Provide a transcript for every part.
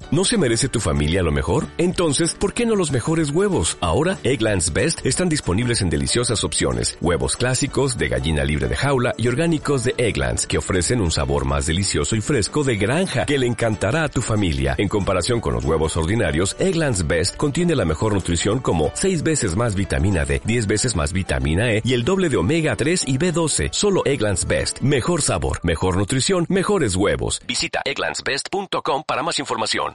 ¿No se merece tu familia lo mejor? Entonces, ¿por qué no los mejores huevos? Ahora, Eggland's Best están disponibles en deliciosas opciones. Huevos clásicos, de gallina libre de jaula y orgánicos de Eggland's, que ofrecen un sabor más delicioso y fresco de granja, que le encantará a tu familia. En comparación con los huevos ordinarios, Eggland's Best contiene la mejor nutrición como 6 veces más vitamina D, 10 veces más vitamina E y el doble de omega 3 y B12. Solo Eggland's Best. Mejor sabor, mejor nutrición, mejores huevos. Visita egglandsbest.com para más información.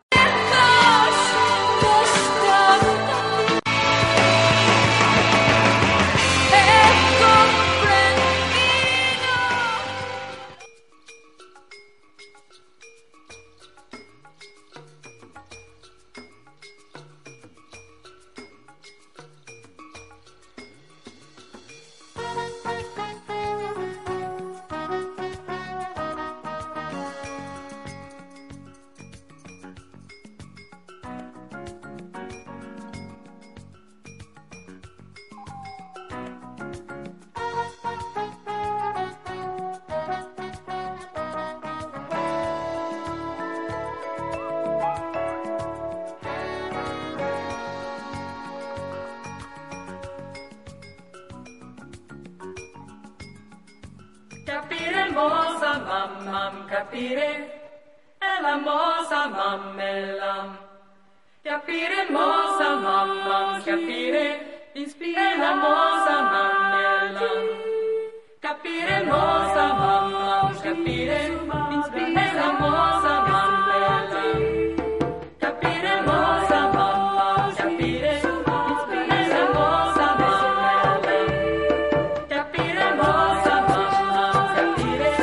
Capire mosa mammam, capire, è la mosa mammellam. Capire mosa mammam, capire, è la mosa mammellam. Capire mosa mammam, capire, è la mosa mammellam. Capire mosa mammam, capire, è la mosa mammellam. Capire mosa mammam, capire.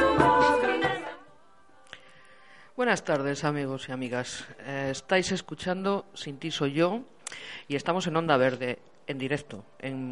Buenas tardes, amigos y amigas. Estáis escuchando Sin ti soy yo y estamos en Onda Verde, en directo, en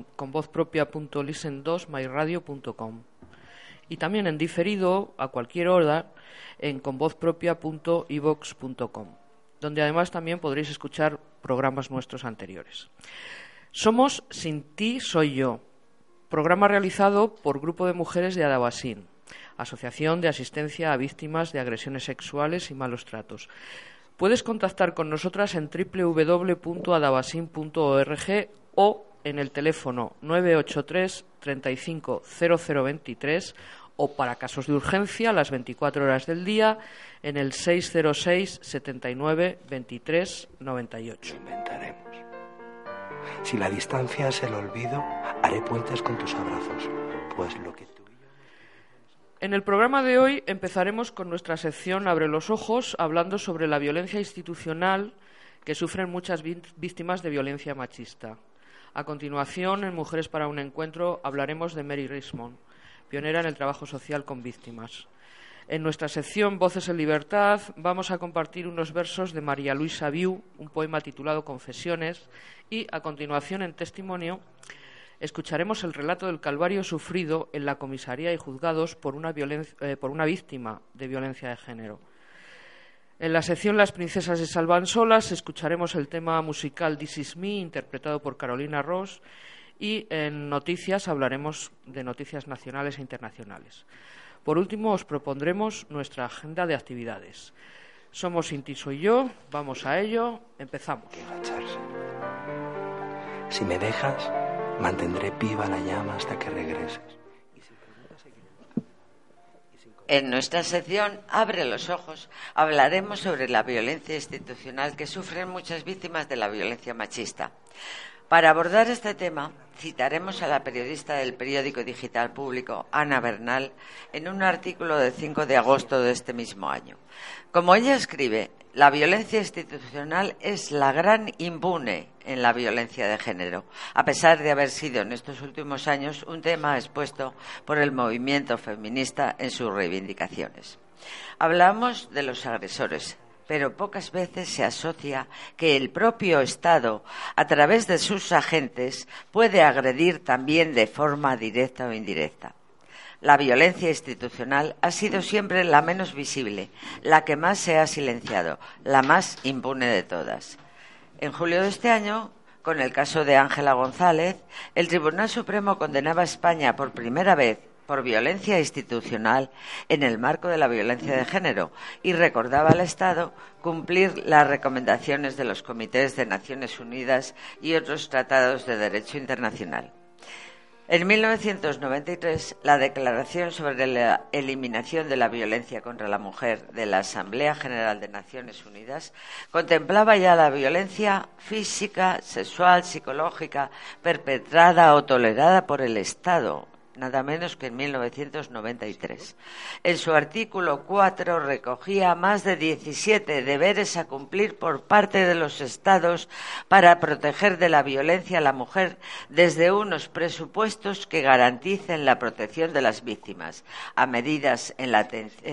convozpropia.listen2myradio.com y también en diferido a cualquier hora en convozpropia.ivox.com, donde además también podréis escuchar programas nuestros anteriores. Somos Sin ti soy yo, programa realizado por Grupo de Mujeres de Adabasín, Asociación de Asistencia a Víctimas de Agresiones Sexuales y Malos Tratos. Puedes contactar con nosotras en www.adabasin.org o en el teléfono 983 35 0023 o para casos de urgencia las 24 horas del día en el 606 79 23 98. Inventaremos. Si la distancia es el olvido, haré puentes con tus abrazos, pues lo que tú y yo... En el programa de hoy empezaremos con nuestra sección Abre los ojos, hablando sobre la violencia institucional que sufren muchas víctimas de violencia machista. A continuación, en Mujeres para un Encuentro, hablaremos de Mary Richmond, pionera en el trabajo social con víctimas. En nuestra sección Voces en Libertad vamos a compartir unos versos de María Luisa Viu, un poema titulado Confesiones, y a continuación, en Testimonio, escucharemos el relato del calvario sufrido en la comisaría y juzgados por una víctima de violencia de género. En la sección Las princesas se salvan solas escucharemos el tema musical This Is Me, interpretado por Carolina Ross, y en Noticias hablaremos de noticias nacionales e internacionales. Por último, os propondremos nuestra agenda de actividades. Somos Sin ti soy yo, vamos a ello, empezamos. Si me dejas, mantendré viva la llama hasta que regreses. En nuestra sección Abre los ojos hablaremos sobre la violencia institucional que sufren muchas víctimas de la violencia machista. Para abordar este tema, citaremos a la periodista del periódico digital público, Ana Bernal, en un artículo del 5 de agosto de este mismo año. Como ella escribe, la violencia institucional es la gran impune en la violencia de género, a pesar de haber sido en estos últimos años un tema expuesto por el movimiento feminista en sus reivindicaciones. Hablamos de los agresores, pero pocas veces se asocia que el propio Estado, a través de sus agentes, puede agredir también de forma directa o indirecta. La violencia institucional ha sido siempre la menos visible, la que más se ha silenciado, la más impune de todas. En julio de este año, con el caso de Ángela González, el Tribunal Supremo condenaba a España por primera vez por violencia institucional en el marco de la violencia de género y recordaba al Estado cumplir las recomendaciones de los comités de Naciones Unidas y otros tratados de derecho internacional. En 1993, la Declaración sobre la Eliminación de la Violencia contra la Mujer de la Asamblea General de Naciones Unidas contemplaba ya la violencia física, sexual, psicológica, perpetrada o tolerada por el Estado, nada menos que en 1993. En su artículo 4 recogía más de 17 deberes a cumplir por parte de los Estados para proteger de la violencia a la mujer desde unos presupuestos que garanticen la protección de las víctimas, a medidas en la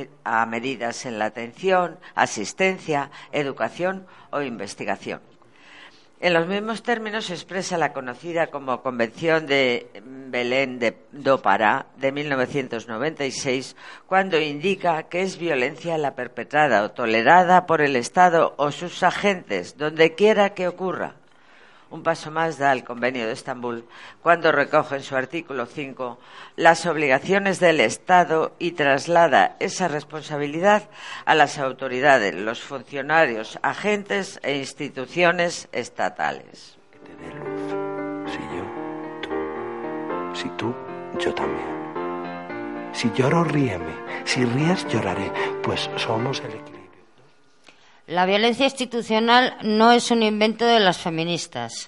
atención, asistencia, educación o investigación. En los mismos términos se expresa la conocida como Convención de Belém do Pará de 1996, cuando indica que es violencia la perpetrada o tolerada por el Estado o sus agentes, donde quiera que ocurra. Un paso más da el Convenio de Estambul, cuando recoge en su artículo 5 las obligaciones del Estado y traslada esa responsabilidad a las autoridades, los funcionarios, agentes e instituciones estatales. Que te dé luz. Si yo, tú. Si tú, yo también. Si lloro, ríeme. Si ríes, lloraré. Pues somos el equilibrio. La violencia institucional no es un invento de las feministas.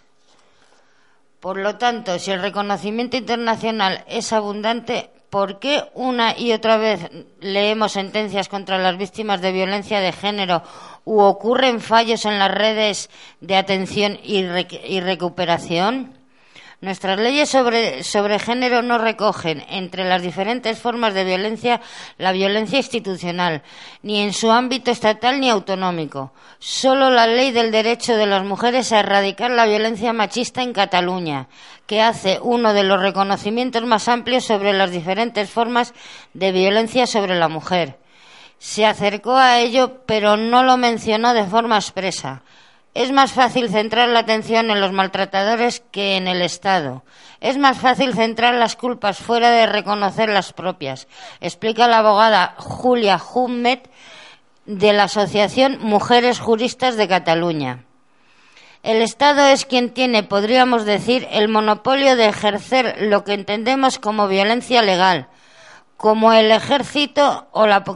Por lo tanto, si el reconocimiento internacional es abundante, ¿por qué una y otra vez leemos sentencias contra las víctimas de violencia de género u ocurren fallos en las redes de atención y recuperación? Nuestras leyes sobre género no recogen, entre las diferentes formas de violencia, la violencia institucional, ni en su ámbito estatal ni autonómico. Solo la Ley del Derecho de las Mujeres a Erradicar la Violencia Machista en Cataluña, que hace uno de los reconocimientos más amplios sobre las diferentes formas de violencia sobre la mujer. Se acercó a ello, pero no lo mencionó de forma expresa. Es más fácil centrar la atención en los maltratadores que en el Estado. Es más fácil centrar las culpas fuera de reconocer las propias, explica la abogada Julia Hummet de la Asociación Mujeres Juristas de Cataluña. El Estado es quien tiene, podríamos decir, el monopolio de ejercer lo que entendemos como violencia legal, como el ejército o la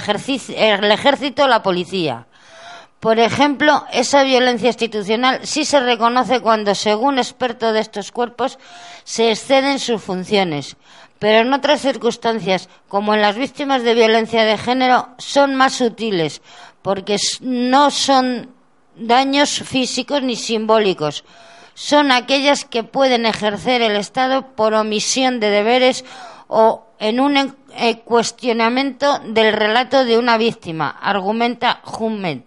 policía. Por ejemplo, esa violencia institucional sí se reconoce cuando, según expertos de estos cuerpos, se exceden sus funciones. Pero en otras circunstancias, como en las víctimas de violencia de género, son más sutiles, porque no son daños físicos ni simbólicos. Son aquellas que pueden ejercer el Estado por omisión de deberes o en un cuestionamiento del relato de una víctima, argumenta Hummet.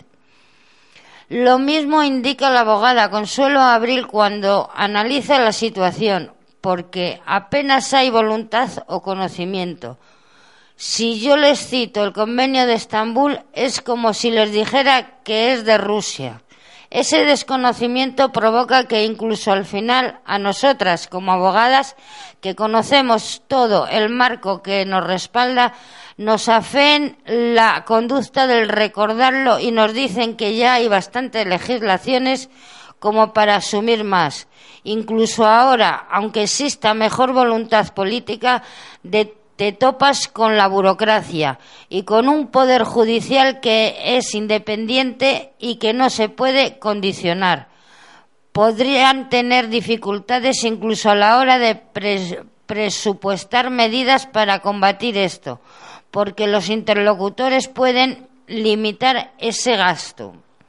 Lo mismo indica la abogada Consuelo Abril cuando analiza la situación, porque apenas hay voluntad o conocimiento. Si yo les cito el Convenio de Estambul, es como si les dijera que es de Rusia. Ese desconocimiento provoca que incluso al final a nosotras como abogadas, que conocemos todo el marco que nos respalda, nos afeen la conducta del recordarlo y nos dicen que ya hay bastantes legislaciones como para asumir más. Incluso ahora, aunque exista mejor voluntad política, te topas con la burocracia y con un poder judicial que es independiente y que no se puede condicionar. Podrían tener dificultades incluso a la hora de presupuestar medidas para combatir esto, porque los interlocutores pueden limitar ese gasto.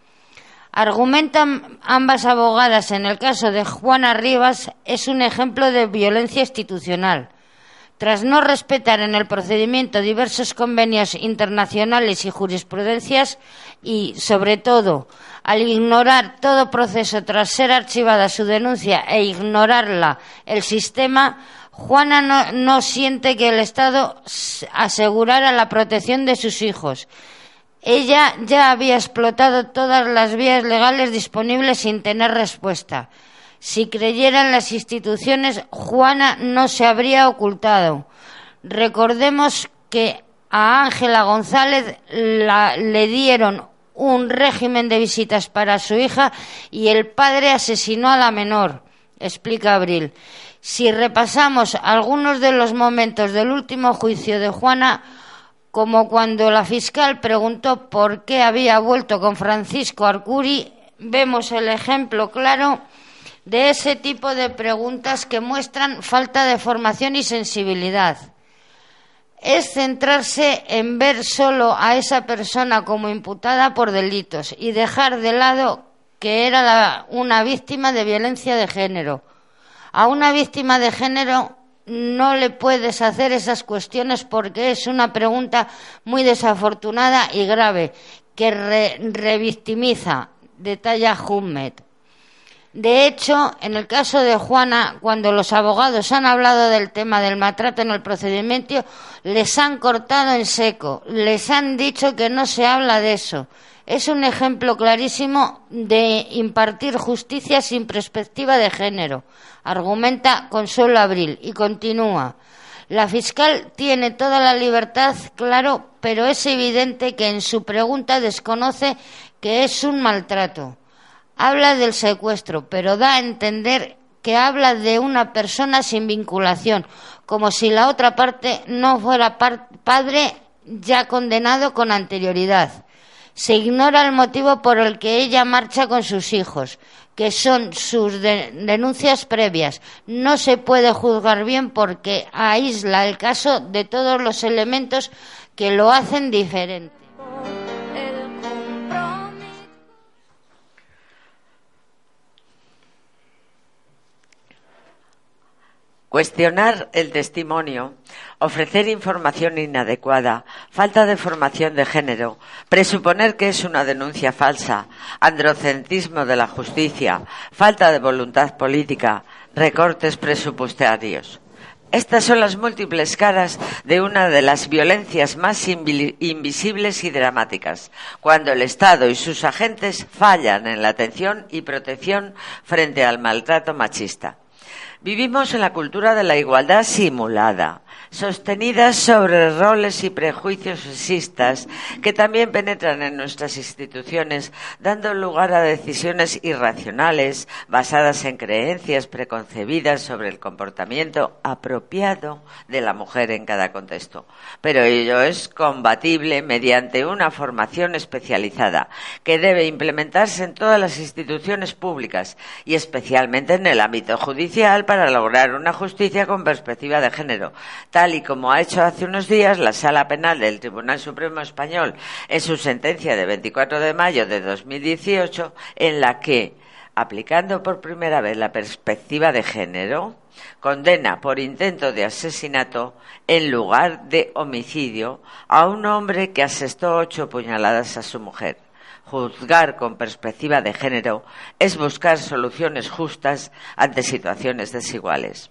Argumentan ambas abogadas, en el caso de Juana Rivas, es un ejemplo de violencia institucional. Tras no respetar en el procedimiento diversos convenios internacionales y jurisprudencias y, sobre todo, al ignorar todo proceso tras ser archivada su denuncia e ignorarla el sistema, Juana no siente que el Estado asegurara la protección de sus hijos. Ella ya había explotado todas las vías legales disponibles sin tener respuesta. Si creyeran las instituciones, Juana no se habría ocultado. Recordemos que a Ángela González le dieron un régimen de visitas para su hija y el padre asesinó a la menor, explica Abril. Si repasamos algunos de los momentos del último juicio de Juana, como cuando la fiscal preguntó por qué había vuelto con Francisco Arcuri, vemos el ejemplo claro de ese tipo de preguntas que muestran falta de formación y sensibilidad. Es centrarse en ver solo a esa persona como imputada por delitos y dejar de lado que era una víctima de violencia de género. A una víctima de género no le puedes hacer esas cuestiones porque es una pregunta muy desafortunada y grave que revictimiza, detalla Hummet. De hecho, en el caso de Juana, cuando los abogados han hablado del tema del maltrato en el procedimiento, les han cortado en seco, les han dicho que no se habla de eso. Es un ejemplo clarísimo de impartir justicia sin perspectiva de género, argumenta Consuelo Abril y continúa. La fiscal tiene toda la libertad, claro, pero es evidente que en su pregunta desconoce que es un maltrato. Habla del secuestro, pero da a entender que habla de una persona sin vinculación, como si la otra parte no fuera padre ya condenado con anterioridad. Se ignora el motivo por el que ella marcha con sus hijos, que son sus denuncias previas. No se puede juzgar bien porque aísla el caso de todos los elementos que lo hacen diferente. Cuestionar el testimonio, ofrecer información inadecuada, falta de formación de género, presuponer que es una denuncia falsa, androcentrismo de la justicia, falta de voluntad política, recortes presupuestarios. Estas son las múltiples caras de una de las violencias más invisibles y dramáticas, cuando el Estado y sus agentes fallan en la atención y protección frente al maltrato machista. Vivimos en la cultura de la igualdad simulada, sostenida sobre roles y prejuicios sexistas que también penetran en nuestras instituciones, dando lugar a decisiones irracionales basadas en creencias preconcebidas sobre el comportamiento apropiado de la mujer en cada contexto. Pero ello es combatible mediante una formación especializada que debe implementarse en todas las instituciones públicas y especialmente en el ámbito judicial para lograr una justicia con perspectiva de género, tal y como ha hecho hace unos días la Sala Penal del Tribunal Supremo Español en su sentencia de 24 de mayo de 2018, en la que, aplicando por primera vez la perspectiva de género, condena por intento de asesinato en lugar de homicidio a un hombre que asestó 8 puñaladas a su mujer. Juzgar con perspectiva de género es buscar soluciones justas ante situaciones desiguales.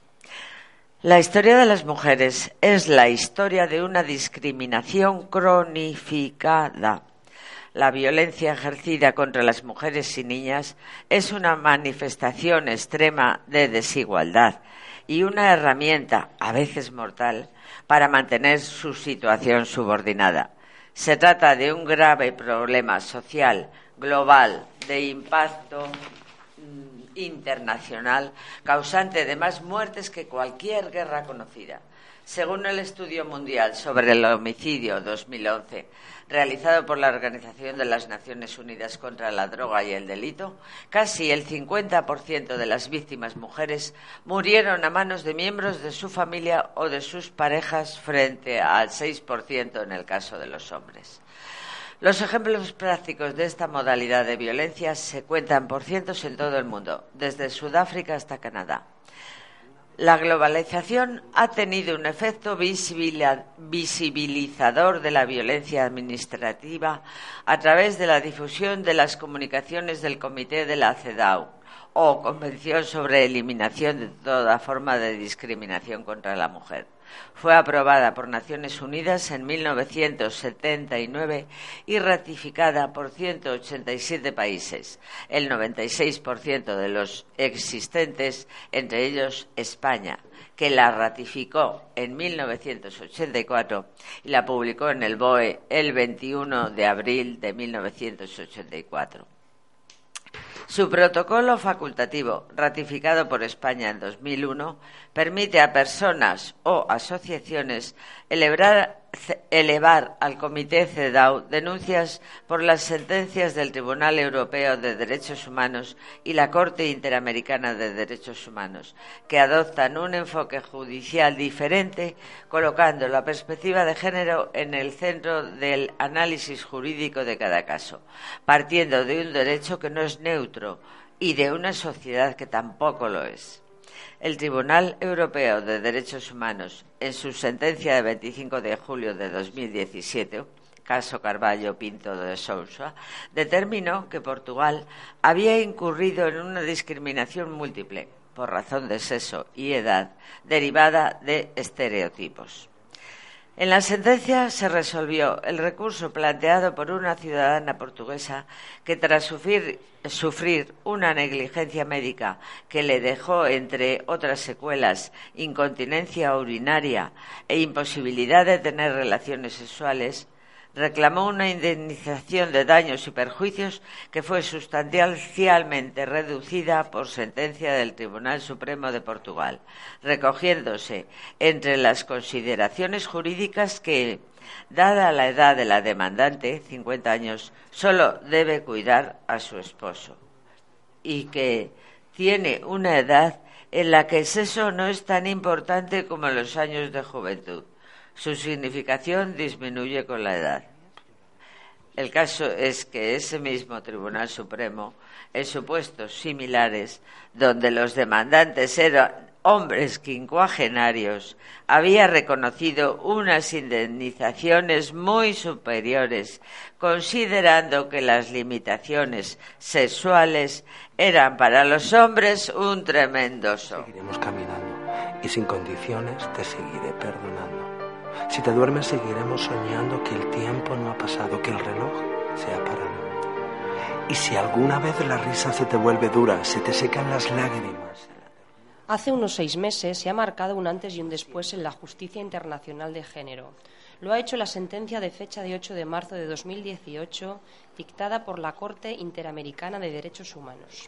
La historia de las mujeres es la historia de una discriminación cronificada. La violencia ejercida contra las mujeres y niñas es una manifestación extrema de desigualdad y una herramienta, a veces mortal, para mantener su situación subordinada. Se trata de un grave problema social, global, de impacto internacional, causante de más muertes que cualquier guerra conocida. Según el Estudio Mundial sobre el Homicidio 2011, realizado por la Organización de las Naciones Unidas contra la Droga y el Delito, casi el 50% de las víctimas mujeres murieron a manos de miembros de su familia o de sus parejas, frente al 6% en el caso de los hombres. Los ejemplos prácticos de esta modalidad de violencia se cuentan por cientos en todo el mundo, desde Sudáfrica hasta Canadá. La globalización ha tenido un efecto visibilizador de la violencia administrativa a través de la difusión de las comunicaciones del Comité de la CEDAW, o Convención sobre Eliminación de toda forma de discriminación contra la mujer. Fue aprobada por Naciones Unidas en 1979 y ratificada por 187 países, el 96% de los existentes, entre ellos España, que la ratificó en 1984 y la publicó en el BOE el 21 de abril de 1984. Su protocolo facultativo, ratificado por España en 2001, permite a personas o asociaciones elevar al Comité CEDAW denuncias por las sentencias del Tribunal Europeo de Derechos Humanos y la Corte Interamericana de Derechos Humanos, que adoptan un enfoque judicial diferente, colocando la perspectiva de género en el centro del análisis jurídico de cada caso, partiendo de un derecho que no es neutro y de una sociedad que tampoco lo es. El Tribunal Europeo de Derechos Humanos, en su sentencia de 25 de julio de 2017, caso Carballo Pinto de Sousa, determinó que Portugal había incurrido en una discriminación múltiple, por razón de sexo y edad, derivada de estereotipos. En la sentencia se resolvió el recurso planteado por una ciudadana portuguesa que, tras sufrir una negligencia médica que le dejó, entre otras secuelas, incontinencia urinaria e imposibilidad de tener relaciones sexuales, reclamó una indemnización de daños y perjuicios que fue sustancialmente reducida por sentencia del Tribunal Supremo de Portugal, recogiéndose entre las consideraciones jurídicas que, dada la edad de la demandante, 50 años, solo debe cuidar a su esposo, y que tiene una edad en la que el sexo no es tan importante como los años de juventud. Su significación disminuye con la edad. El caso es que ese mismo Tribunal Supremo, en supuestos similares, donde los demandantes eran hombres quincuagenarios, había reconocido unas indemnizaciones muy superiores, considerando que las limitaciones sexuales eran para los hombres un tremendo show. Seguiremos caminando y sin condiciones te seguiré perdonando. Si te duermes seguiremos soñando que el tiempo no ha pasado, que el reloj se ha parado. Y si alguna vez la risa se te vuelve dura, se te secan las lágrimas. Hace unos 6 meses se ha marcado un antes y un después en la justicia internacional de género. Lo ha hecho la sentencia de fecha de 8 de marzo de 2018, dictada por la Corte Interamericana de Derechos Humanos,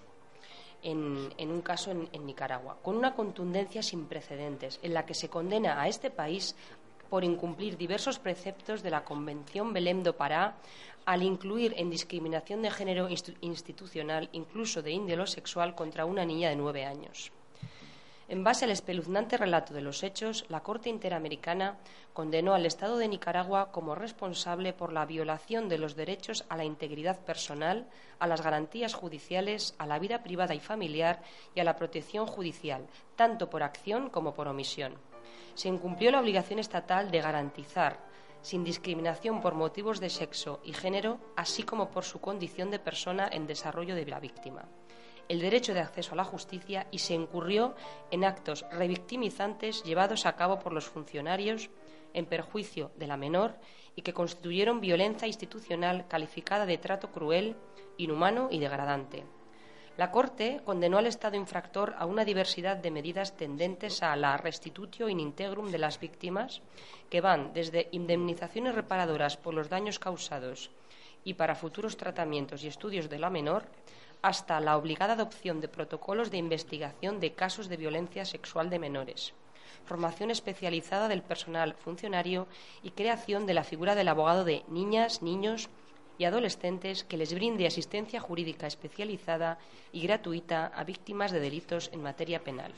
en un caso en Nicaragua, con una contundencia sin precedentes, en la que se condena a este país por incumplir diversos preceptos de la Convención Belém do Pará, al incluir en discriminación de género institucional, incluso de índole sexual, contra una niña de 9 años. En base al espeluznante relato de los hechos, la Corte Interamericana condenó al Estado de Nicaragua como responsable por la violación de los derechos a la integridad personal, a las garantías judiciales, a la vida privada y familiar y a la protección judicial, tanto por acción como por omisión. Se incumplió la obligación estatal de garantizar, sin discriminación por motivos de sexo y género, así como por su condición de persona en desarrollo de la víctima, el derecho de acceso a la justicia, y se incurrió en actos revictimizantes llevados a cabo por los funcionarios en perjuicio de la menor y que constituyeron violencia institucional calificada de trato cruel, inhumano y degradante. La Corte condenó al Estado infractor a una diversidad de medidas tendentes a la restitutio in integrum de las víctimas, que van desde indemnizaciones reparadoras por los daños causados y para futuros tratamientos y estudios de la menor, hasta la obligada adopción de protocolos de investigación de casos de violencia sexual de menores, formación especializada del personal funcionario y creación de la figura del abogado de niñas, niños y adolescentes que les brinde asistencia jurídica especializada y gratuita a víctimas de delitos en materia penal.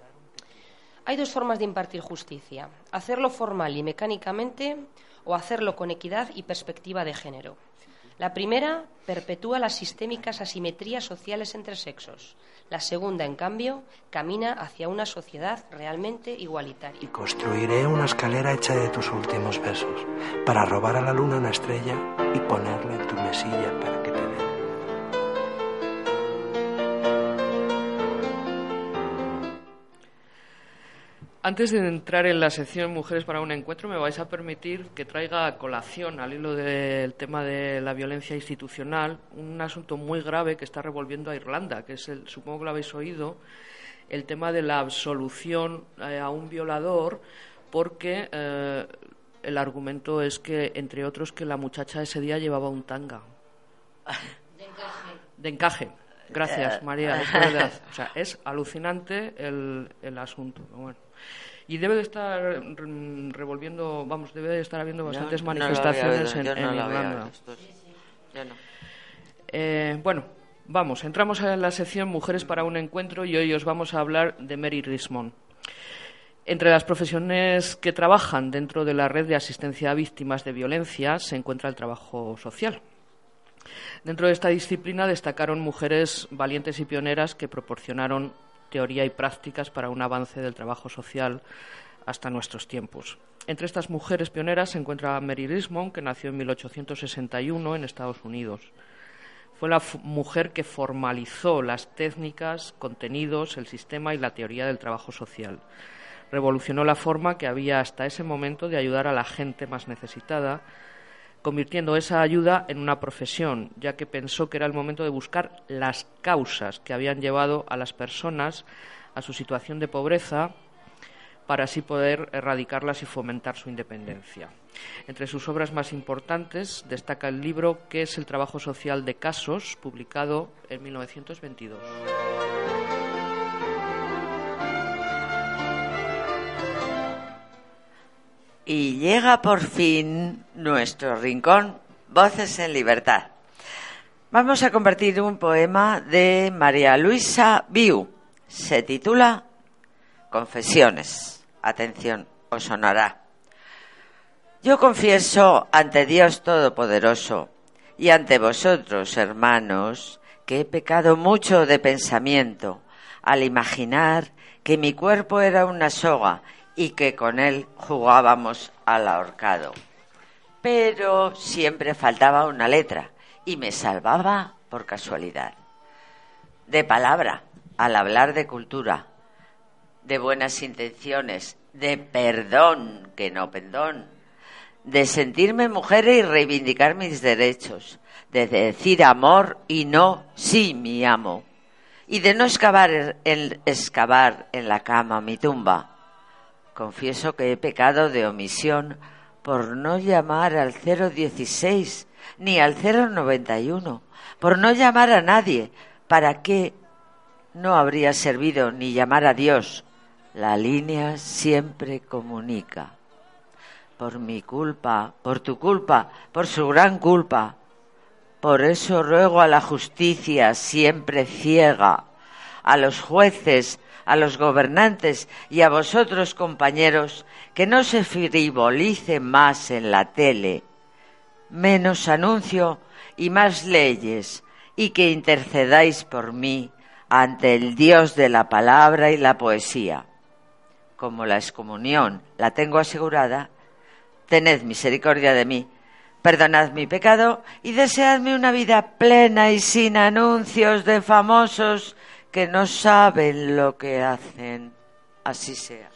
Hay 2 formas de impartir justicia: hacerlo formal y mecánicamente o hacerlo con equidad y perspectiva de género. La primera perpetúa las sistémicas asimetrías sociales entre sexos. La segunda, en cambio, camina hacia una sociedad realmente igualitaria. Y construiré una escalera hecha de tus últimos besos, para robar a la luna una estrella y ponerla en tu mesilla para que te dé. Antes de entrar en la sección Mujeres para un encuentro, me vais a permitir que traiga a colación, al hilo del tema de la violencia institucional, un asunto muy grave que está revolviendo a Irlanda, que es, supongo que lo habéis oído, el tema de la absolución a un violador, porque el argumento es que, entre otros, que la muchacha ese día llevaba un tanga. De encaje. Gracias, María, es verdad. O sea, es alucinante el asunto. Bueno. Y debe de estar revolviendo, vamos, debe de estar habiendo bastantes manifestaciones en Irlanda. Bueno, vamos, entramos en la sección Mujeres para un encuentro y hoy os vamos a hablar de Mary Rismond. Entre las profesiones que trabajan dentro de la red de asistencia a víctimas de violencia se encuentra el trabajo social. Dentro de esta disciplina destacaron mujeres valientes y pioneras que proporcionaron teoría y prácticas para un avance del trabajo social hasta nuestros tiempos. Entre estas mujeres pioneras se encuentra Mary Rismond, que nació en 1861 en Estados Unidos. Fue la mujer que formalizó las técnicas, contenidos, el sistema y la teoría del trabajo social. Revolucionó la forma que había hasta ese momento de ayudar a la gente más necesitada, convirtiendo esa ayuda en una profesión, ya que pensó que era el momento de buscar las causas que habían llevado a las personas a su situación de pobreza para así poder erradicarlas y fomentar su independencia. Entre sus obras más importantes destaca el libro ¿Qué es el trabajo social de casos?, publicado en 1922. Y llega por fin nuestro rincón, Voces en Libertad. Vamos a compartir un poema de María Luisa Viu. Se titula Confesiones. Atención, os sonará. Yo confieso ante Dios Todopoderoso y ante vosotros, hermanos, que he pecado mucho de pensamiento al imaginar que mi cuerpo era una soga y que con él jugábamos al ahorcado. Pero siempre faltaba una letra y me salvaba por casualidad. De palabra, al hablar de cultura, de buenas intenciones, de perdón, que no pendón, de sentirme mujer y reivindicar mis derechos, de decir amor y no sí mi amo, y de no excavar en la cama mi tumba. Confieso que he pecado de omisión por no llamar al 016 ni al 091, por no llamar a nadie. ¿Para qué no habría servido ni llamar a Dios? La línea siempre comunica. Por mi culpa, por tu culpa, por su gran culpa. Por eso ruego a la justicia siempre ciega, a los jueces, a los gobernantes y a vosotros, compañeros, que no se frivolice más en la tele, menos anuncio y más leyes, y que intercedáis por mí ante el Dios de la palabra y la poesía. Como la excomunión la tengo asegurada, tened misericordia de mí, perdonad mi pecado y deseadme una vida plena y sin anuncios de famosos que no saben lo que hacen. Así sea.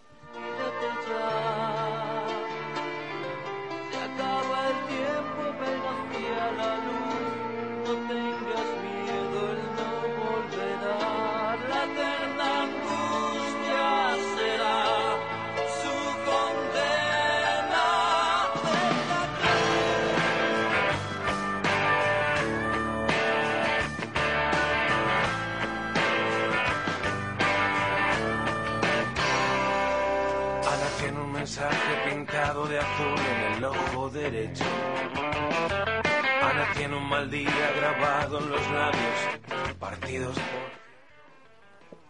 Pintado de azul en el ojo derecho. Ana tiene un mal día grabado en los labios, partidos por...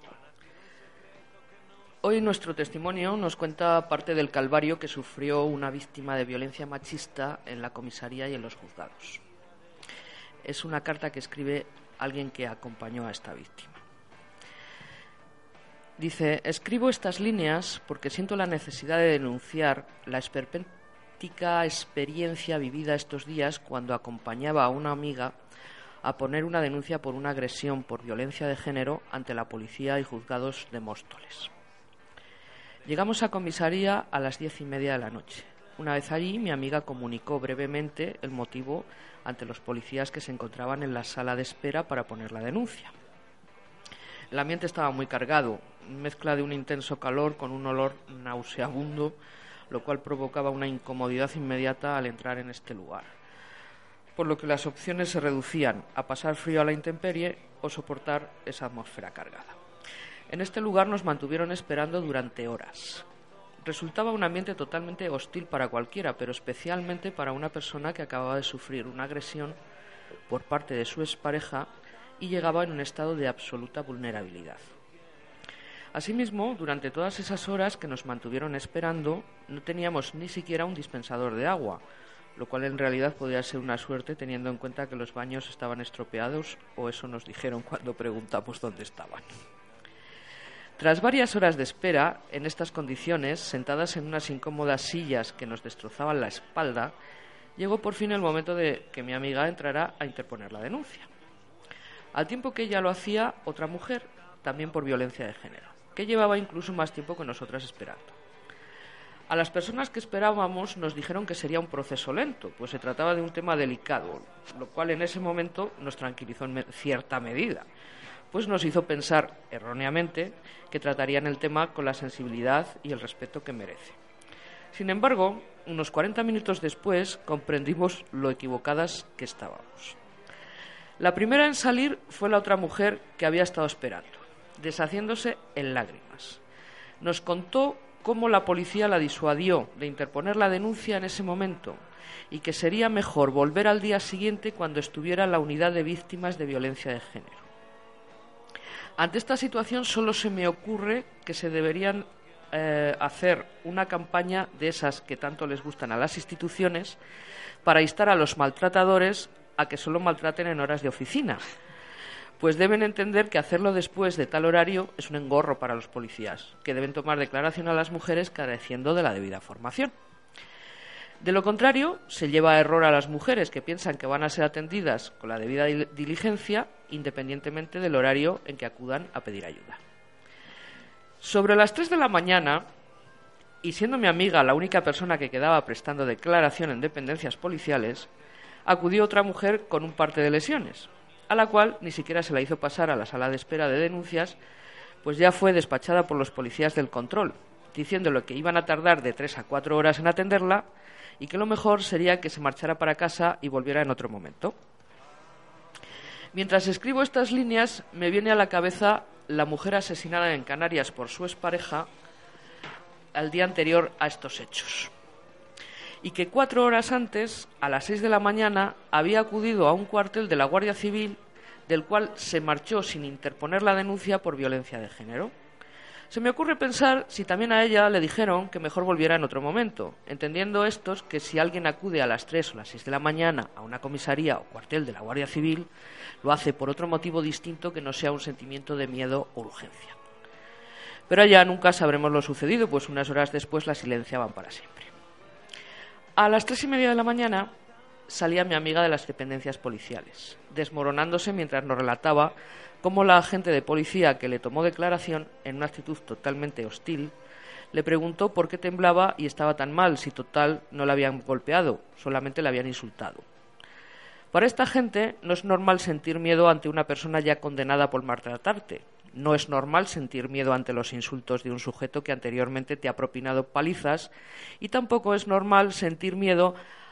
Hoy nuestro testimonio nos cuenta parte del calvario que sufrió una víctima de violencia machista en la comisaría y en los juzgados. Es una carta que escribe alguien que acompañó a esta víctima. Dice: escribo estas líneas porque siento la necesidad de denunciar la esperpéntica experiencia vivida estos días cuando acompañaba a una amiga a poner una denuncia por una agresión por violencia de género ante la policía y juzgados de Móstoles. Llegamos a comisaría a las 10:30 de la noche. Una vez allí, mi amiga comunicó brevemente el motivo ante los policías que se encontraban en la sala de espera para poner la denuncia. El ambiente estaba muy cargado, mezcla de un intenso calor con un olor nauseabundo, lo cual provocaba una incomodidad inmediata al entrar en este lugar, por lo que las opciones se reducían a pasar frío a la intemperie o soportar esa atmósfera cargada. En este lugar nos mantuvieron esperando durante horas. Resultaba un ambiente totalmente hostil para cualquiera, pero especialmente para una persona que acababa de sufrir una agresión por parte de su expareja y llegaba en un estado de absoluta vulnerabilidad. Asimismo, durante todas esas horas que nos mantuvieron esperando, no teníamos ni siquiera un dispensador de agua, lo cual en realidad podía ser una suerte teniendo en cuenta que los baños estaban estropeados, o eso nos dijeron cuando preguntamos dónde estaban. Tras varias horas de espera, en estas condiciones, sentadas en unas incómodas sillas que nos destrozaban la espalda, llegó por fin el momento de que mi amiga entrara a interponer la denuncia. Al tiempo que ella lo hacía, otra mujer, también por violencia de género, que llevaba incluso más tiempo que nosotras esperando. A las personas que esperábamos nos dijeron que sería un proceso lento, pues se trataba de un tema delicado, lo cual en ese momento nos tranquilizó en cierta medida, pues nos hizo pensar erróneamente que tratarían el tema con la sensibilidad y el respeto que merece. Sin embargo, unos 40 minutos después comprendimos lo equivocadas que estábamos. La primera en salir fue la otra mujer que había estado esperando, deshaciéndose en lágrimas. Nos contó cómo la policía la disuadió de interponer la denuncia en ese momento y que sería mejor volver al día siguiente cuando estuviera la unidad de víctimas de violencia de género. Ante esta situación solo se me ocurre que se deberían hacer una campaña de esas que tanto les gustan a las instituciones para instar a los maltratadores a que solo maltraten en horas de oficina, pues deben entender que hacerlo después de tal horario es un engorro para los policías, que deben tomar declaración a las mujeres careciendo de la debida formación. De lo contrario, se lleva a error a las mujeres que piensan que van a ser atendidas con la debida diligencia, independientemente del horario en que acudan a pedir ayuda. Sobre las 3 de la mañana, y siendo mi amiga la única persona que quedaba prestando declaración en dependencias policiales, acudió otra mujer con un parte de lesiones, a la cual ni siquiera se la hizo pasar a la sala de espera de denuncias, pues ya fue despachada por los policías del control, diciéndole que iban a tardar de 3 a 4 horas en atenderla y que lo mejor sería que se marchara para casa y volviera en otro momento. Mientras escribo estas líneas, me viene a la cabeza la mujer asesinada en Canarias por su expareja al día anterior a estos hechos, y que 4 horas antes, a las 6 de la mañana, había acudido a un cuartel de la Guardia Civil, del cual se marchó sin interponer la denuncia por violencia de género. Se me ocurre pensar si también a ella le dijeron que mejor volviera en otro momento, entendiendo estos que si alguien acude a las 3 o las 6 de la mañana a una comisaría o cuartel de la Guardia Civil, lo hace por otro motivo distinto que no sea un sentimiento de miedo o urgencia. Pero allá nunca sabremos lo sucedido, pues unas horas después la silenciaban para siempre. A las 3:30 de la mañana salía mi amiga de las dependencias policiales, desmoronándose mientras nos relataba cómo la agente de policía que le tomó declaración, en una actitud totalmente hostil, le preguntó por qué temblaba y estaba tan mal, si total no la habían golpeado, solamente la habían insultado. Para esta gente no es normal sentir miedo ante una persona ya condenada por maltratarte. No es normal sentir miedo ante los insultos de un sujeto que anteriormente te ha propinado palizas, y tampoco es normal sentir miedo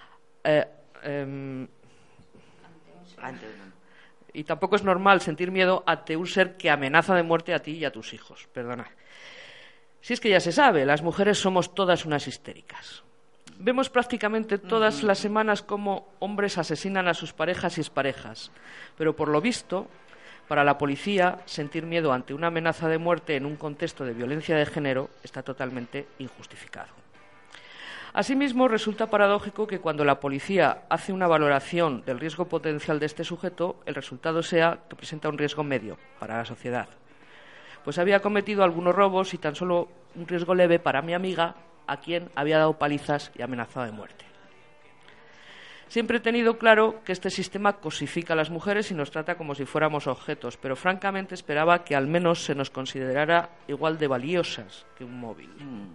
ante un ser que amenaza de muerte a ti y a tus hijos. Perdona. Si es que ya se sabe, las mujeres somos todas unas histéricas. Vemos prácticamente todas las semanas cómo hombres asesinan a sus parejas y exparejas, pero por lo visto, para la policía, sentir miedo ante una amenaza de muerte en un contexto de violencia de género está totalmente injustificado. Asimismo, resulta paradójico que cuando la policía hace una valoración del riesgo potencial de este sujeto, el resultado sea que presenta un riesgo medio para la sociedad, pues había cometido algunos robos y tan solo un riesgo leve para mi amiga, a quien había dado palizas y amenazado de muerte. Siempre he tenido claro que este sistema cosifica a las mujeres y nos trata como si fuéramos objetos, pero francamente esperaba que al menos se nos considerara igual de valiosas que un móvil.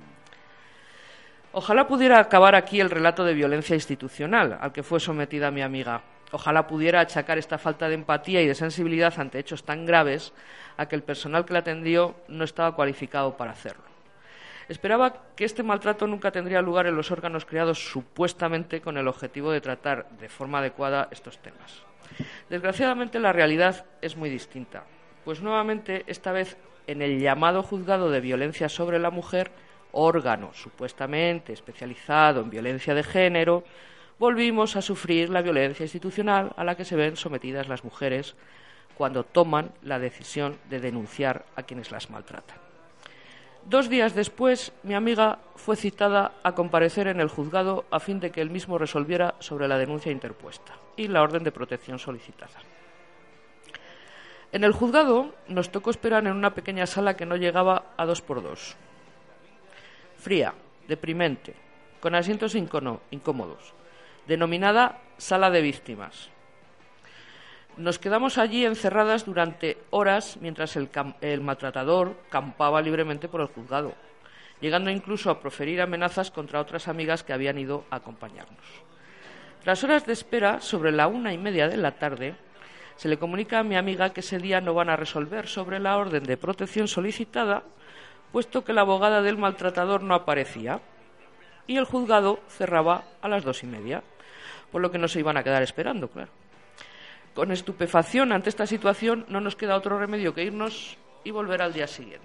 Ojalá pudiera acabar aquí el relato de violencia institucional al que fue sometida mi amiga. Ojalá pudiera achacar esta falta de empatía y de sensibilidad ante hechos tan graves a que el personal que la atendió no estaba cualificado para hacerlo. Esperaba que este maltrato nunca tendría lugar en los órganos creados supuestamente con el objetivo de tratar de forma adecuada estos temas. Desgraciadamente la realidad es muy distinta, pues nuevamente, esta vez en el llamado Juzgado de Violencia sobre la Mujer, órgano supuestamente especializado en violencia de género, volvimos a sufrir la violencia institucional a la que se ven sometidas las mujeres cuando toman la decisión de denunciar a quienes las maltratan. 2 días después, mi amiga fue citada a comparecer en el juzgado a fin de que él mismo resolviera sobre la denuncia interpuesta y la orden de protección solicitada. En el juzgado nos tocó esperar en una pequeña sala que no llegaba a 2x2. Fría, deprimente, con asientos incómodos, denominada sala de víctimas. Nos quedamos allí encerradas durante horas mientras el maltratador campaba libremente por el juzgado, llegando incluso a proferir amenazas contra otras amigas que habían ido a acompañarnos. Tras horas de espera, sobre la 1:30 de la tarde, se le comunica a mi amiga que ese día no van a resolver sobre la orden de protección solicitada, puesto que la abogada del maltratador no aparecía y el juzgado cerraba a las 2:30, por lo que no se iban a quedar esperando, claro. Con estupefacción ante esta situación no nos queda otro remedio que irnos y volver al día siguiente.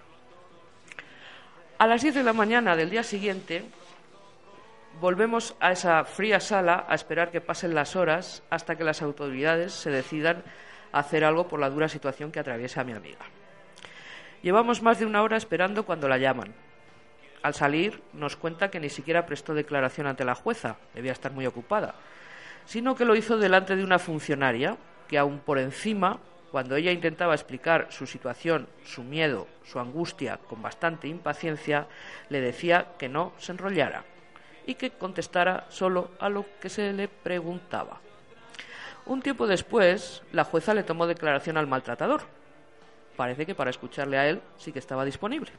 A las 10 de la mañana del día siguiente volvemos a esa fría sala a esperar que pasen las horas hasta que las autoridades se decidan a hacer algo por la dura situación que atraviesa mi amiga. Llevamos más de 1 hora esperando cuando la llaman. Al salir nos cuenta que ni siquiera prestó declaración ante la jueza, debía estar muy ocupada, sino que lo hizo delante de una funcionaria que, aun por encima, cuando ella intentaba explicar su situación, su miedo, su angustia, con bastante impaciencia, le decía que no se enrollara y que contestara solo a lo que se le preguntaba. Un tiempo después, la jueza le tomó declaración al maltratador. Parece que para escucharle a él sí que estaba disponible.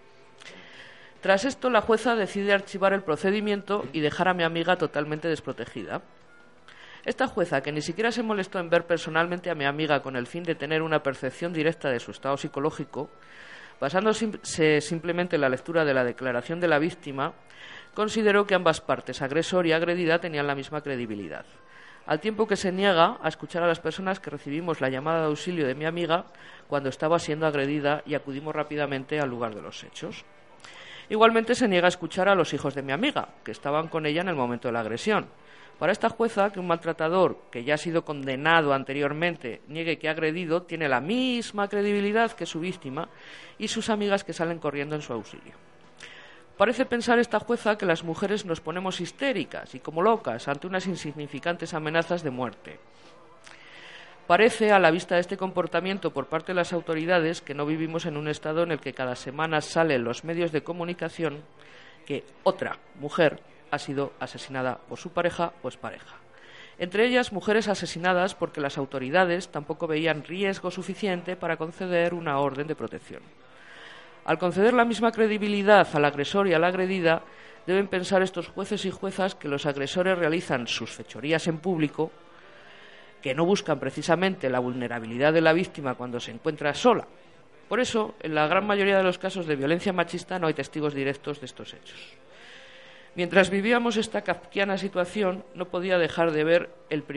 Tras esto, la jueza decide archivar el procedimiento y dejar a mi amiga totalmente desprotegida. Esta jueza, que ni siquiera se molestó en ver personalmente a mi amiga con el fin de tener una percepción directa de su estado psicológico, basándose simplemente en la lectura de la declaración de la víctima, consideró que ambas partes, agresor y agredida, tenían la misma credibilidad, al tiempo que se niega a escuchar a las personas que recibimos la llamada de auxilio de mi amiga cuando estaba siendo agredida y acudimos rápidamente al lugar de los hechos. Igualmente se niega a escuchar a los hijos de mi amiga, que estaban con ella en el momento de la agresión. Para esta jueza, que un maltratador que ya ha sido condenado anteriormente niegue que ha agredido tiene la misma credibilidad que su víctima y sus amigas que salen corriendo en su auxilio. Parece pensar esta jueza que las mujeres nos ponemos histéricas y como locas ante unas insignificantes amenazas de muerte. Parece, a la vista de este comportamiento por parte de las autoridades, que no vivimos en un estado en el que cada semana sale en los medios de comunicación que otra mujer ha sido asesinada por su pareja o expareja. Entre ellas, mujeres asesinadas porque las autoridades tampoco veían riesgo suficiente para conceder una orden de protección. Al conceder la misma credibilidad al agresor y a la agredida, deben pensar estos jueces y juezas que los agresores realizan sus fechorías en público, que no buscan precisamente la vulnerabilidad de la víctima cuando se encuentra sola. Por eso, en la gran mayoría de los casos de violencia machista no hay testigos directos de estos hechos. Mientras vivíamos esta kafkiana situación, no podía dejar de ver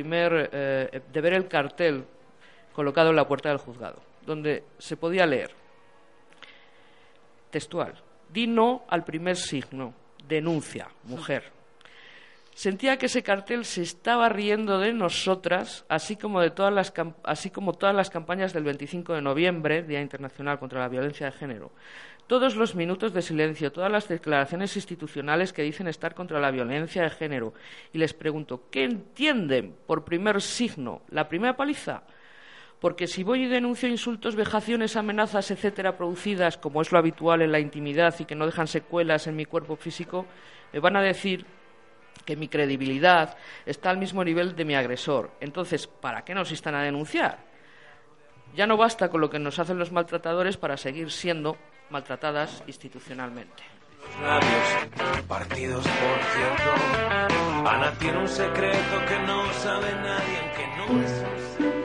el cartel colocado en la puerta del juzgado, donde se podía leer, textual: di no al primer signo, denuncia, mujer. Sentía que ese cartel se estaba riendo de nosotras, así como todas las campañas del 25 de noviembre, Día Internacional contra la Violencia de Género. Todos los minutos de silencio, todas las declaraciones institucionales que dicen estar contra la violencia de género. Y les pregunto, ¿qué entienden por primer signo? ¿La primera paliza? Porque si voy y denuncio insultos, vejaciones, amenazas, etcétera, producidas, como es lo habitual en la intimidad y que no dejan secuelas en mi cuerpo físico, me van a decir que mi credibilidad está al mismo nivel de mi agresor. Entonces, ¿para qué nos instan a denunciar? Ya no basta con lo que nos hacen los maltratadores para seguir siendo maltratadas institucionalmente. Los labios partidos por cierto. Ana tiene un secreto que no sabe nadie, aunque no es un secreto.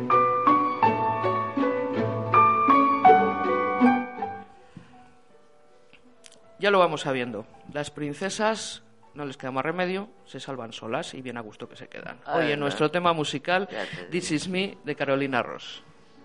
Ya lo vamos sabiendo. Las princesas no les queda más remedio, se salvan solas y bien a gusto que se quedan. Hoy en nuestro tema musical, This Is Me, de Carolina Ross.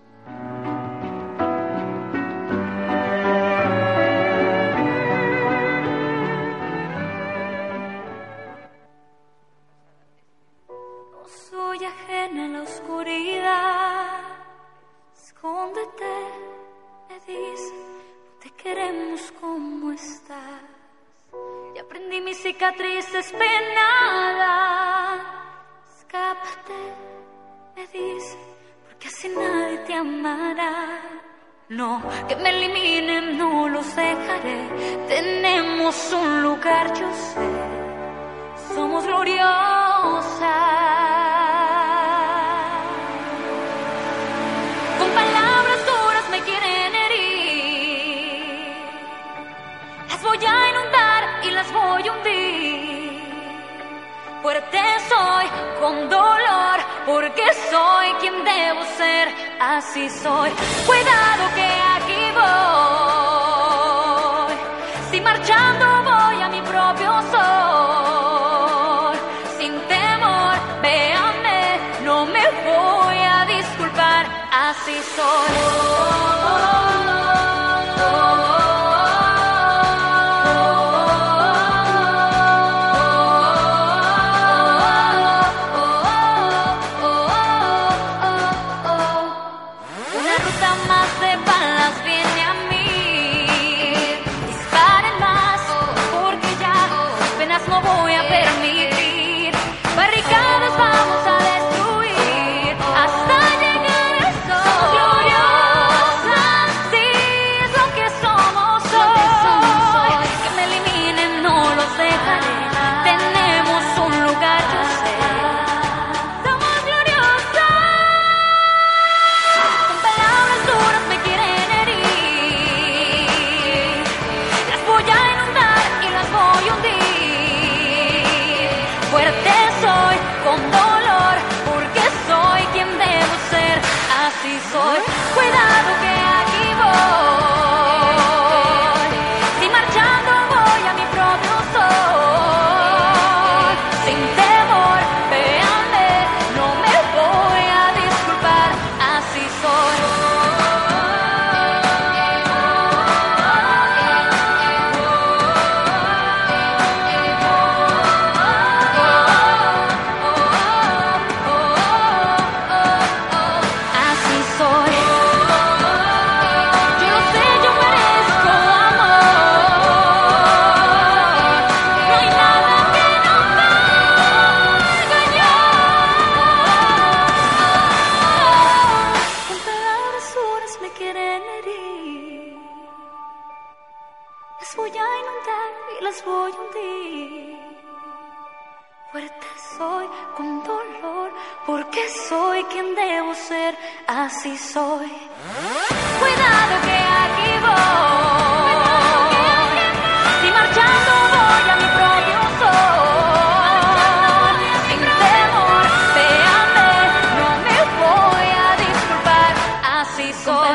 No soy ajena a la oscuridad, escóndete, me dice, te queremos como estás. Ya aprendí mis cicatrices penadas. Escápate, me dice, porque así nadie te amará. No, que me eliminen, no los dejaré. Tenemos un lugar, yo sé, somos gloriosas. Con palabras duras me quieren herir. Las voy a inundar y las voy a hundir. Fuerte soy con dolor, porque soy quien debo ser, así soy. Cuidado que aquí voy, si marchando voy a mi propio sol. Sin temor, véanme, no me voy a disculpar, así soy. Así soy. Cuidado que aquí voy. Si marchando voy a mi propio sol. Sin temor, véanme, no me voy a disculpar. Así soy.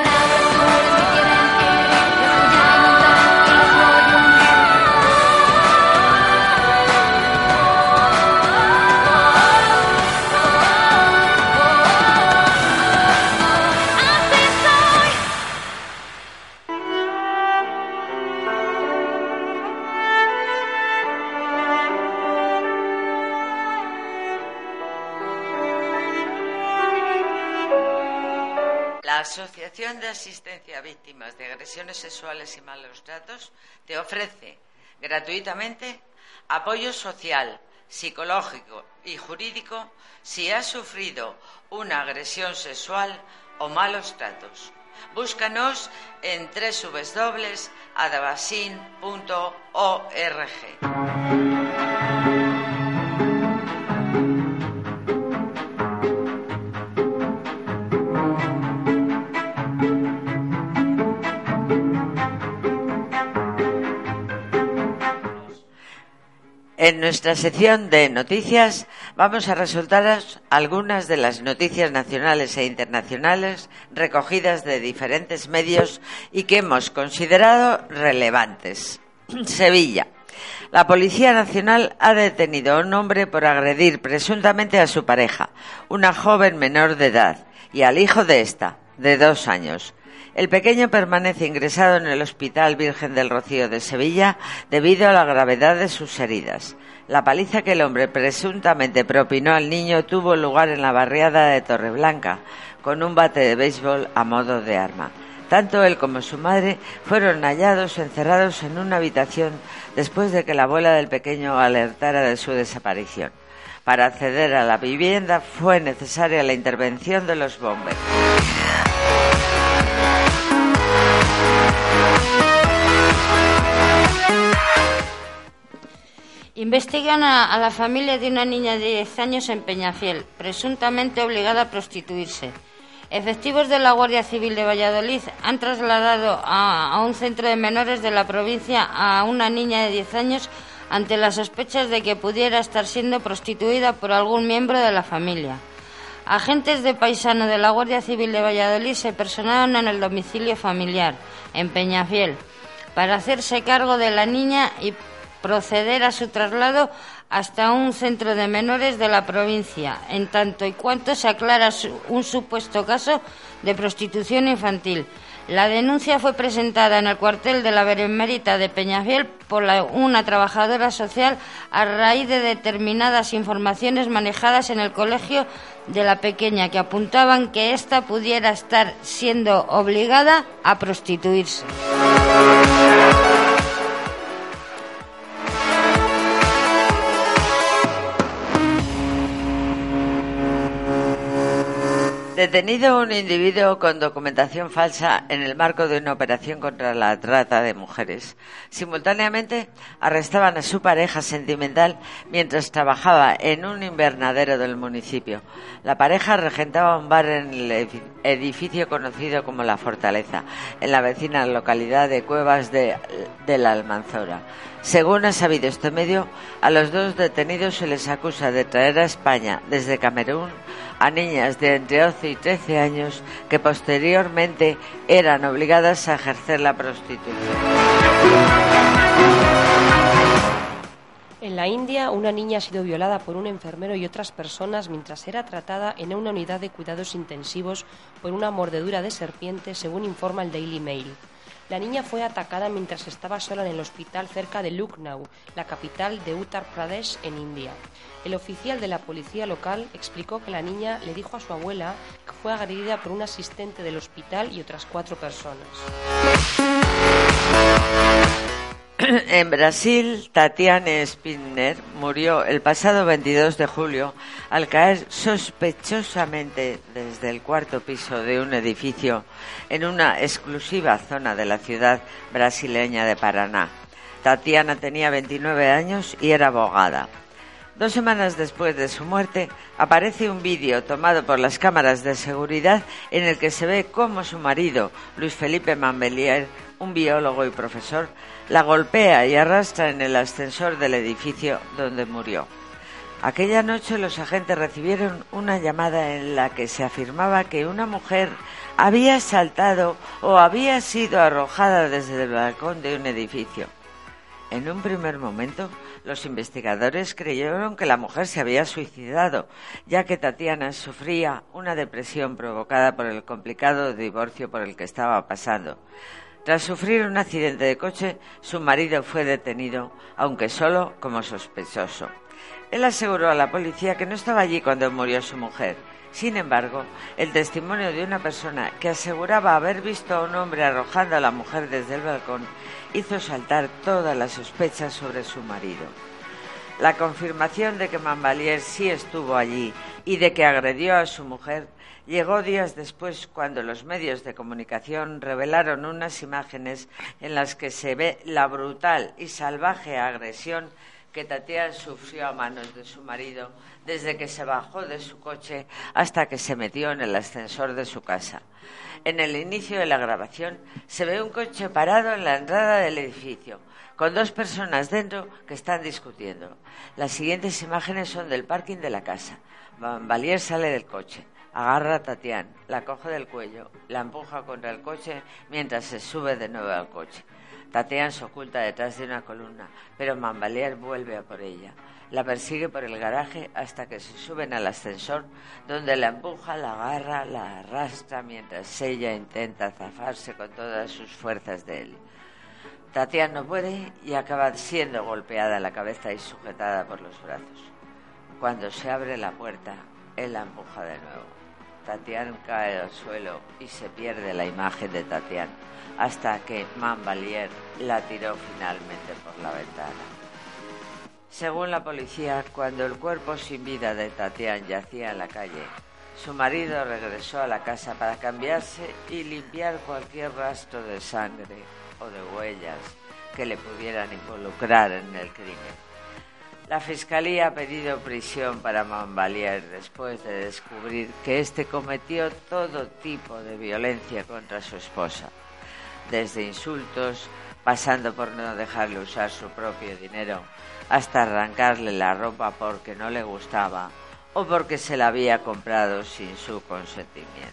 La Asociación de Asistencia a Víctimas de Agresiones Sexuales y Malos Tratos te ofrece gratuitamente apoyo social, psicológico y jurídico si has sufrido una agresión sexual o malos tratos. Búscanos en www.adabasin.org. En nuestra sección de noticias vamos a resultaros algunas de las noticias nacionales e internacionales recogidas de diferentes medios y que hemos considerado relevantes. Sevilla. La Policía Nacional ha detenido a un hombre por agredir presuntamente a su pareja, una joven menor de edad, y al hijo de esta, de 2 años. El pequeño permanece ingresado en el Hospital Virgen del Rocío de Sevilla debido a la gravedad de sus heridas. La paliza que el hombre presuntamente propinó al niño tuvo lugar en la barriada de Torreblanca, con un bate de béisbol a modo de arma. Tanto él como su madre fueron hallados encerrados en una habitación después de que la abuela del pequeño alertara de su desaparición. Para acceder a la vivienda fue necesaria la intervención de los bomberos. Investigan a la familia de una niña de 10 años en Peñafiel, presuntamente obligada a prostituirse. Efectivos de la Guardia Civil de Valladolid han trasladado a un centro de menores de la provincia a una niña de 10 años ante las sospechas de que pudiera estar siendo prostituida por algún miembro de la familia. Agentes de paisano de la Guardia Civil de Valladolid se personaron en el domicilio familiar, en Peñafiel, para hacerse cargo de la niña y proceder a su traslado hasta un centro de menores de la provincia, en tanto y cuanto se aclara un supuesto caso de prostitución infantil. La denuncia fue presentada en el cuartel de la Benemérita de Peñafiel por una trabajadora social a raíz de determinadas informaciones manejadas en el colegio de la pequeña que apuntaban que ésta pudiera estar siendo obligada a prostituirse. Detenido un individuo con documentación falsa en el marco de una operación contra la trata de mujeres. Simultáneamente arrestaban a su pareja sentimental mientras trabajaba en un invernadero del municipio. La pareja regentaba un bar en el edificio conocido como La Fortaleza, en la vecina localidad de Cuevas de la Almanzora. Según ha sabido este medio, a los 2 detenidos se les acusa de traer a España desde Camerún a niñas de entre 11 y 13 años que posteriormente eran obligadas a ejercer la prostitución. En la India, una niña ha sido violada por un enfermero y otras personas mientras era tratada en una unidad de cuidados intensivos por una mordedura de serpiente, según informa el Daily Mail. La niña fue atacada mientras estaba sola en el hospital cerca de Lucknow, la capital de Uttar Pradesh, en India. El oficial de la policía local explicó que la niña le dijo a su abuela que fue agredida por un asistente del hospital y otras 4 personas. En Brasil, Tatiane Spinner murió el pasado 22 de julio al caer sospechosamente desde el 4º piso de un edificio en una exclusiva zona de la ciudad brasileña de Paraná. Tatiana tenía 29 años y era abogada. 2 semanas después de su muerte, aparece un vídeo tomado por las cámaras de seguridad en el que se ve cómo su marido, Luis Felipe Mambellier, un biólogo y profesor, la golpea y arrastra en el ascensor del edificio donde murió. Aquella noche los agentes recibieron una llamada en la que se afirmaba que una mujer había saltado o había sido arrojada desde el balcón de un edificio. En un primer momento, los investigadores creyeron que la mujer se había suicidado, ya que Tatiana sufría una depresión provocada por el complicado divorcio por el que estaba pasando. Tras sufrir un accidente de coche, su marido fue detenido, aunque solo como sospechoso. Él aseguró a la policía que no estaba allí cuando murió su mujer. Sin embargo, el testimonio de una persona que aseguraba haber visto a un hombre arrojando a la mujer desde el balcón hizo saltar todas las sospechas sobre su marido. La confirmación de que Mambellier sí estuvo allí y de que agredió a su mujer llegó días después, cuando los medios de comunicación revelaron unas imágenes en las que se ve la brutal y salvaje agresión que Tatiana sufrió a manos de su marido desde que se bajó de su coche hasta que se metió en el ascensor de su casa. En el inicio de la grabación se ve un coche parado en la entrada del edificio, con 2 personas dentro que están discutiendo. Las siguientes imágenes son del parking de la casa. Valier sale del coche, agarra a Tatiana, la coge del cuello, la empuja contra el coche mientras se sube de nuevo al coche. Tatiana se oculta detrás de una columna, pero Manvalier vuelve a por ella. La persigue por el garaje hasta que se suben al ascensor, donde la empuja, la agarra, la arrastra mientras ella intenta zafarse con todas sus fuerzas de él. Tatiana no puede y acaba siendo golpeada en la cabeza y sujetada por los brazos. Cuando se abre la puerta, él la empuja de nuevo. Tatiana cae al suelo y se pierde la imagen de Tatiana, hasta que Manvalier la tiró finalmente por la ventana. Según la policía, cuando el cuerpo sin vida de Tatiana yacía en la calle, su marido regresó a la casa para cambiarse y limpiar cualquier rastro de sangre o de huellas que le pudieran involucrar en el crimen. La Fiscalía ha pedido prisión para Manvalier después de descubrir que éste cometió todo tipo de violencia contra su esposa, desde insultos, pasando por no dejarle usar su propio dinero, hasta arrancarle la ropa porque no le gustaba o porque se la había comprado sin su consentimiento.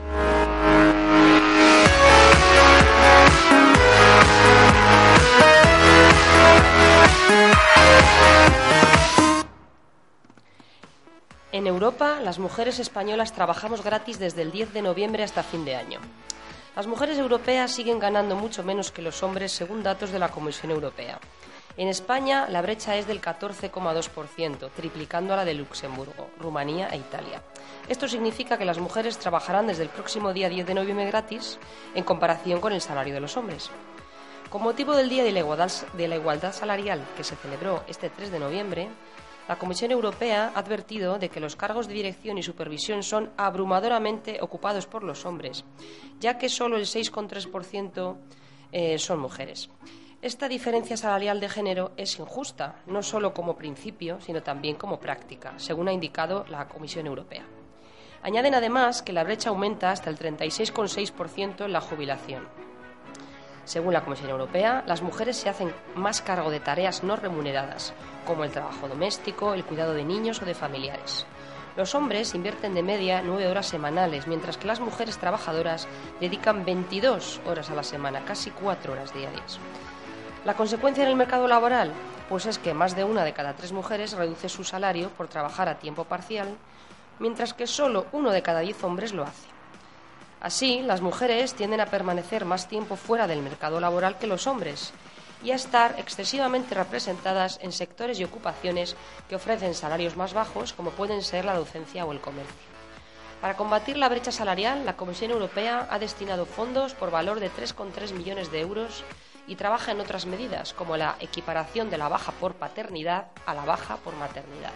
En Europa, las mujeres españolas trabajamos gratis desde el 10 de noviembre hasta fin de año. Las mujeres europeas siguen ganando mucho menos que los hombres, según datos de la Comisión Europea. En España, la brecha es del 14,2%, triplicando a la de Luxemburgo, Rumanía e Italia. Esto significa que las mujeres trabajarán desde el próximo día 10 de noviembre gratis, en comparación con el salario de los hombres. Con motivo del Día de la Igualdad Salarial, que se celebró este 3 de noviembre, la Comisión Europea ha advertido de que los cargos de dirección y supervisión son abrumadoramente ocupados por los hombres, ya que solo el 6,3% son mujeres. Esta diferencia salarial de género es injusta, no solo como principio, sino también como práctica, según ha indicado la Comisión Europea. Añaden además que la brecha aumenta hasta el 36,6% en la jubilación. Según la Comisión Europea, las mujeres se hacen más cargo de tareas no remuneradas, como el trabajo doméstico, el cuidado de niños o de familiares. Los hombres invierten de media 9 horas semanales, mientras que las mujeres trabajadoras dedican 22 horas a la semana, casi 4 horas diarias. ¿La consecuencia en el mercado laboral? Pues es que más de 1 de cada 3 mujeres reduce su salario por trabajar a tiempo parcial, mientras que solo 1 de cada 10 hombres lo hace. Así, las mujeres tienden a permanecer más tiempo fuera del mercado laboral que los hombres y a estar excesivamente representadas en sectores y ocupaciones que ofrecen salarios más bajos, como pueden ser la docencia o el comercio. Para combatir la brecha salarial, la Comisión Europea ha destinado fondos por valor de 3,3 millones de euros y trabaja en otras medidas, como la equiparación de la baja por paternidad a la baja por maternidad.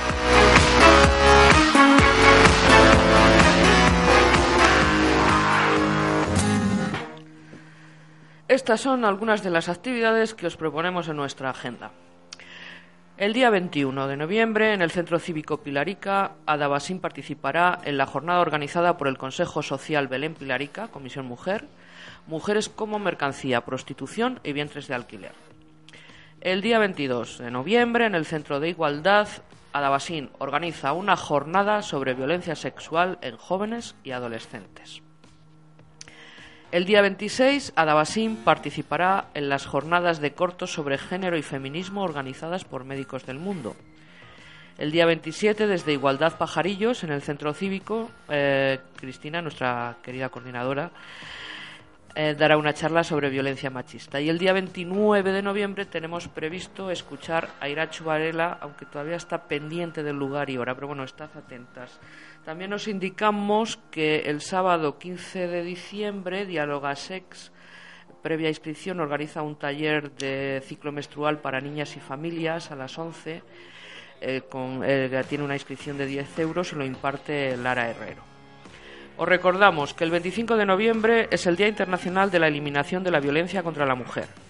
Estas son algunas de las actividades que os proponemos en nuestra agenda. El día 21 de noviembre, en el Centro Cívico Pilarica, Adabasín participará en la jornada organizada por el Consejo Social Belén Pilarica, Comisión Mujer, Mujeres como Mercancía, Prostitución y Vientres de Alquiler. El día 22 de noviembre, en el Centro de Igualdad, Adabasín organiza una jornada sobre violencia sexual en jóvenes y adolescentes. El día 26, Adabasín participará en las jornadas de cortos sobre género y feminismo organizadas por Médicos del Mundo. El día 27, desde Igualdad Pajarillos, en el Centro Cívico, Cristina, nuestra querida coordinadora, dará una charla sobre violencia machista. Y el día 29 de noviembre tenemos previsto escuchar a Irachu Varela, aunque todavía está pendiente del lugar y hora, pero bueno, estad atentas. También os indicamos que el sábado 15 de diciembre, Dialogasex, previa inscripción, organiza un taller de ciclo menstrual para niñas y familias a las 11, tiene una inscripción de 10 euros y lo imparte Lara Herrero. Os recordamos que el 25 de noviembre es el Día Internacional de la Eliminación de la Violencia contra la Mujer.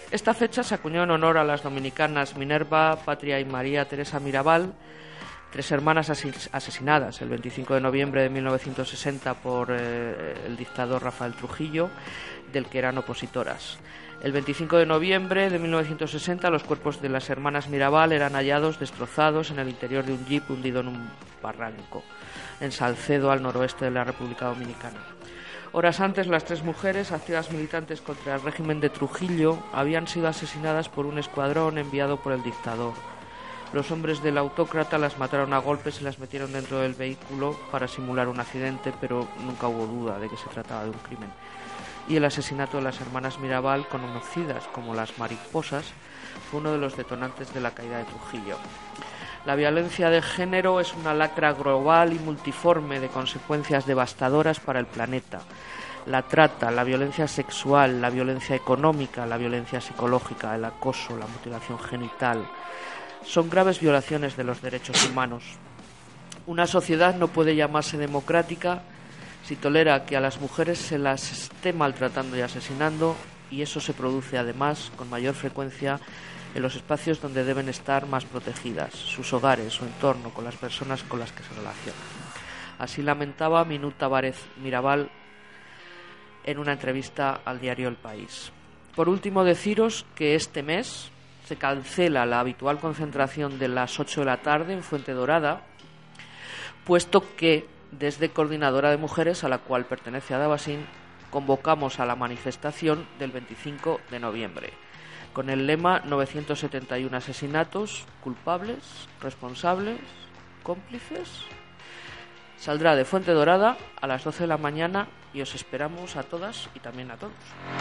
Esta fecha se acuñó en honor a las dominicanas Minerva, Patria y María Teresa Mirabal, 3 hermanas asesinadas el 25 de noviembre de 1960 por el dictador Rafael Trujillo, del que eran opositoras. El 25 de noviembre de 1960 los cuerpos de las hermanas Mirabal eran hallados destrozados en el interior de un jeep hundido en un barranco, en Salcedo, al noroeste de la República Dominicana. Horas antes, las 3 mujeres, activas militantes contra el régimen de Trujillo, habían sido asesinadas por un escuadrón enviado por el dictador. Los hombres del autócrata las mataron a golpes y las metieron dentro del vehículo para simular un accidente, pero nunca hubo duda de que se trataba de un crimen. Y el asesinato de las hermanas Mirabal, conocidas como las mariposas, fue uno de los detonantes de la caída de Trujillo. La violencia de género es una lacra global y multiforme de consecuencias devastadoras para el planeta. La trata, la violencia sexual, la violencia económica, la violencia psicológica, el acoso, la mutilación genital, son graves violaciones de los derechos humanos. Una sociedad no puede llamarse democrática si tolera que a las mujeres se las esté maltratando y asesinando, y eso se produce además con mayor frecuencia en los espacios donde deben estar más protegidas, sus hogares, su entorno, con las personas con las que se relacionan. Así lamentaba Minú Tavares Mirabal en una entrevista al diario El País. Por último, deciros que este mes se cancela la habitual concentración de las 8 de la tarde en Fuente Dorada, puesto que desde Coordinadora de Mujeres, a la cual pertenece Adabasín, convocamos a la manifestación del 25 de noviembre, con el lema 971 asesinatos, culpables, responsables, cómplices. Saldrá de Fuente Dorada a las 12 de la mañana y os esperamos a todas y también a todos.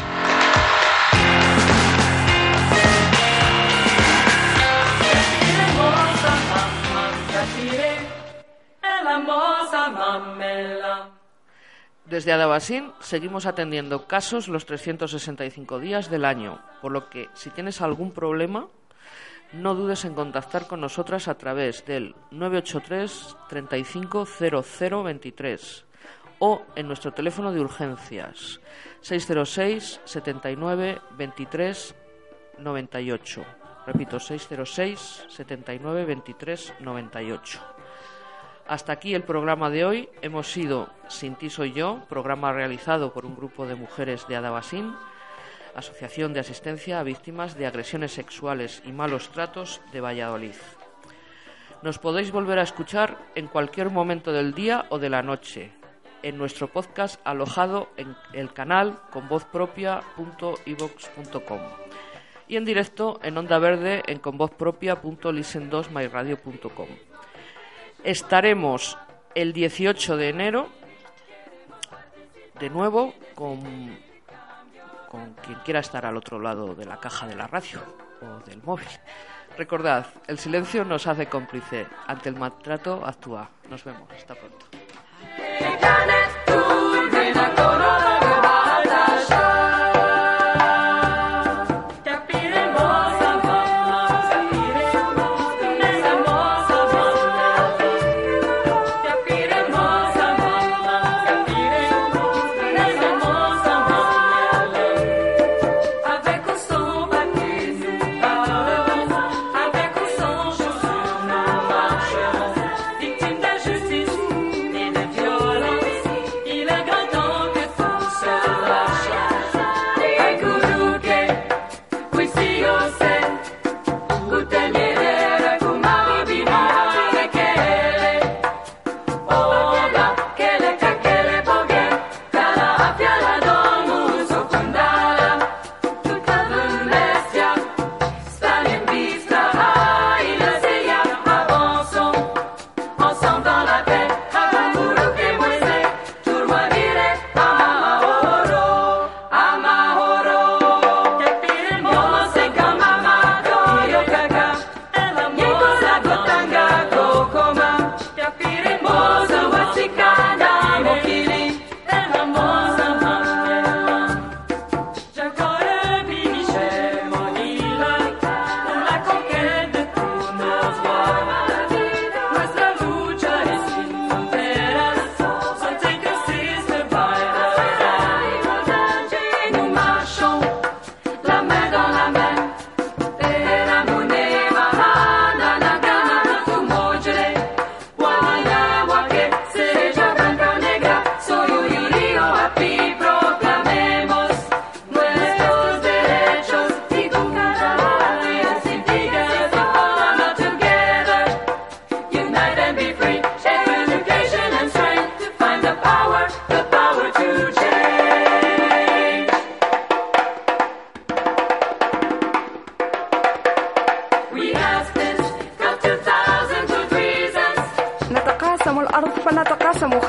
Desde Adabasín seguimos atendiendo casos los 365 días del año, por lo que si tienes algún problema, no dudes en contactar con nosotras a través del 983 35 00 23 o en nuestro teléfono de urgencias 606 79 23 98. Repito, 606 79 23 98. Hasta aquí el programa de hoy. Hemos sido Sin ti soy yo, programa realizado por un grupo de mujeres de Adabasín, Asociación de Asistencia a Víctimas de Agresiones Sexuales y Malos Tratos de Valladolid. Nos podéis volver a escuchar en cualquier momento del día o de la noche, en nuestro podcast alojado en el canal convozpropia.ivox.com y en directo en Onda Verde en convozpropia.listen2myradio.com. Estaremos el 18 de enero de nuevo con quien quiera estar al otro lado de la caja de la radio o del móvil. Recordad, el silencio nos hace cómplice. Ante el maltrato, actúa. Nos vemos. Hasta pronto. Victime d'injustice et de violence, il est grand temps que tout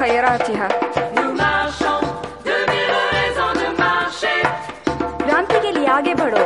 خیراتها Nous marchons 2000 raisons de marcher. क्रांति के लिए आगे बढ़ो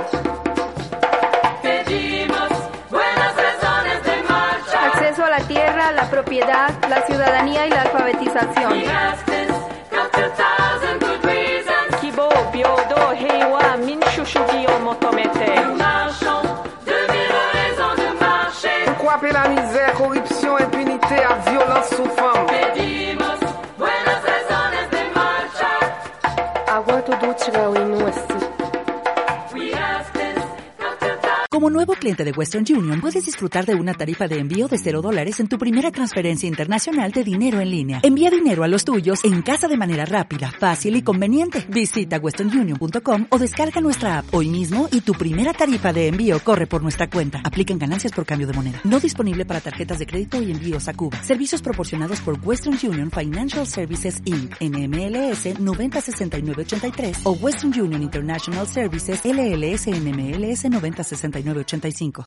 Pedimos buenas razones de marcha. acceso a la tierra, la propiedad, la ciudadanía y la alfabetización We ask this, got 2,000 good reasons. 希望、平等、平和、民主主義を求めて Nous marchons 2000 raisons de marcher. Pourquoi appeler la misère, corruption, impunité à violence sous forme? Pedimos buenas razones de marcha. agua tuduchga winuesti. We ask this, got 2,000. Como nuevo cliente de Western Union, puedes disfrutar de una tarifa de envío de $0 en tu primera transferencia internacional de dinero en línea. Envía dinero a los tuyos en casa de manera rápida, fácil y conveniente. Visita westernunion.com o descarga nuestra app hoy mismo y tu primera tarifa de envío corre por nuestra cuenta. Aplican ganancias por cambio de moneda. No disponible para tarjetas de crédito y envíos a Cuba. Servicios proporcionados por Western Union Financial Services Inc. NMLS 906983 o Western Union International Services LLS NMLS 906985.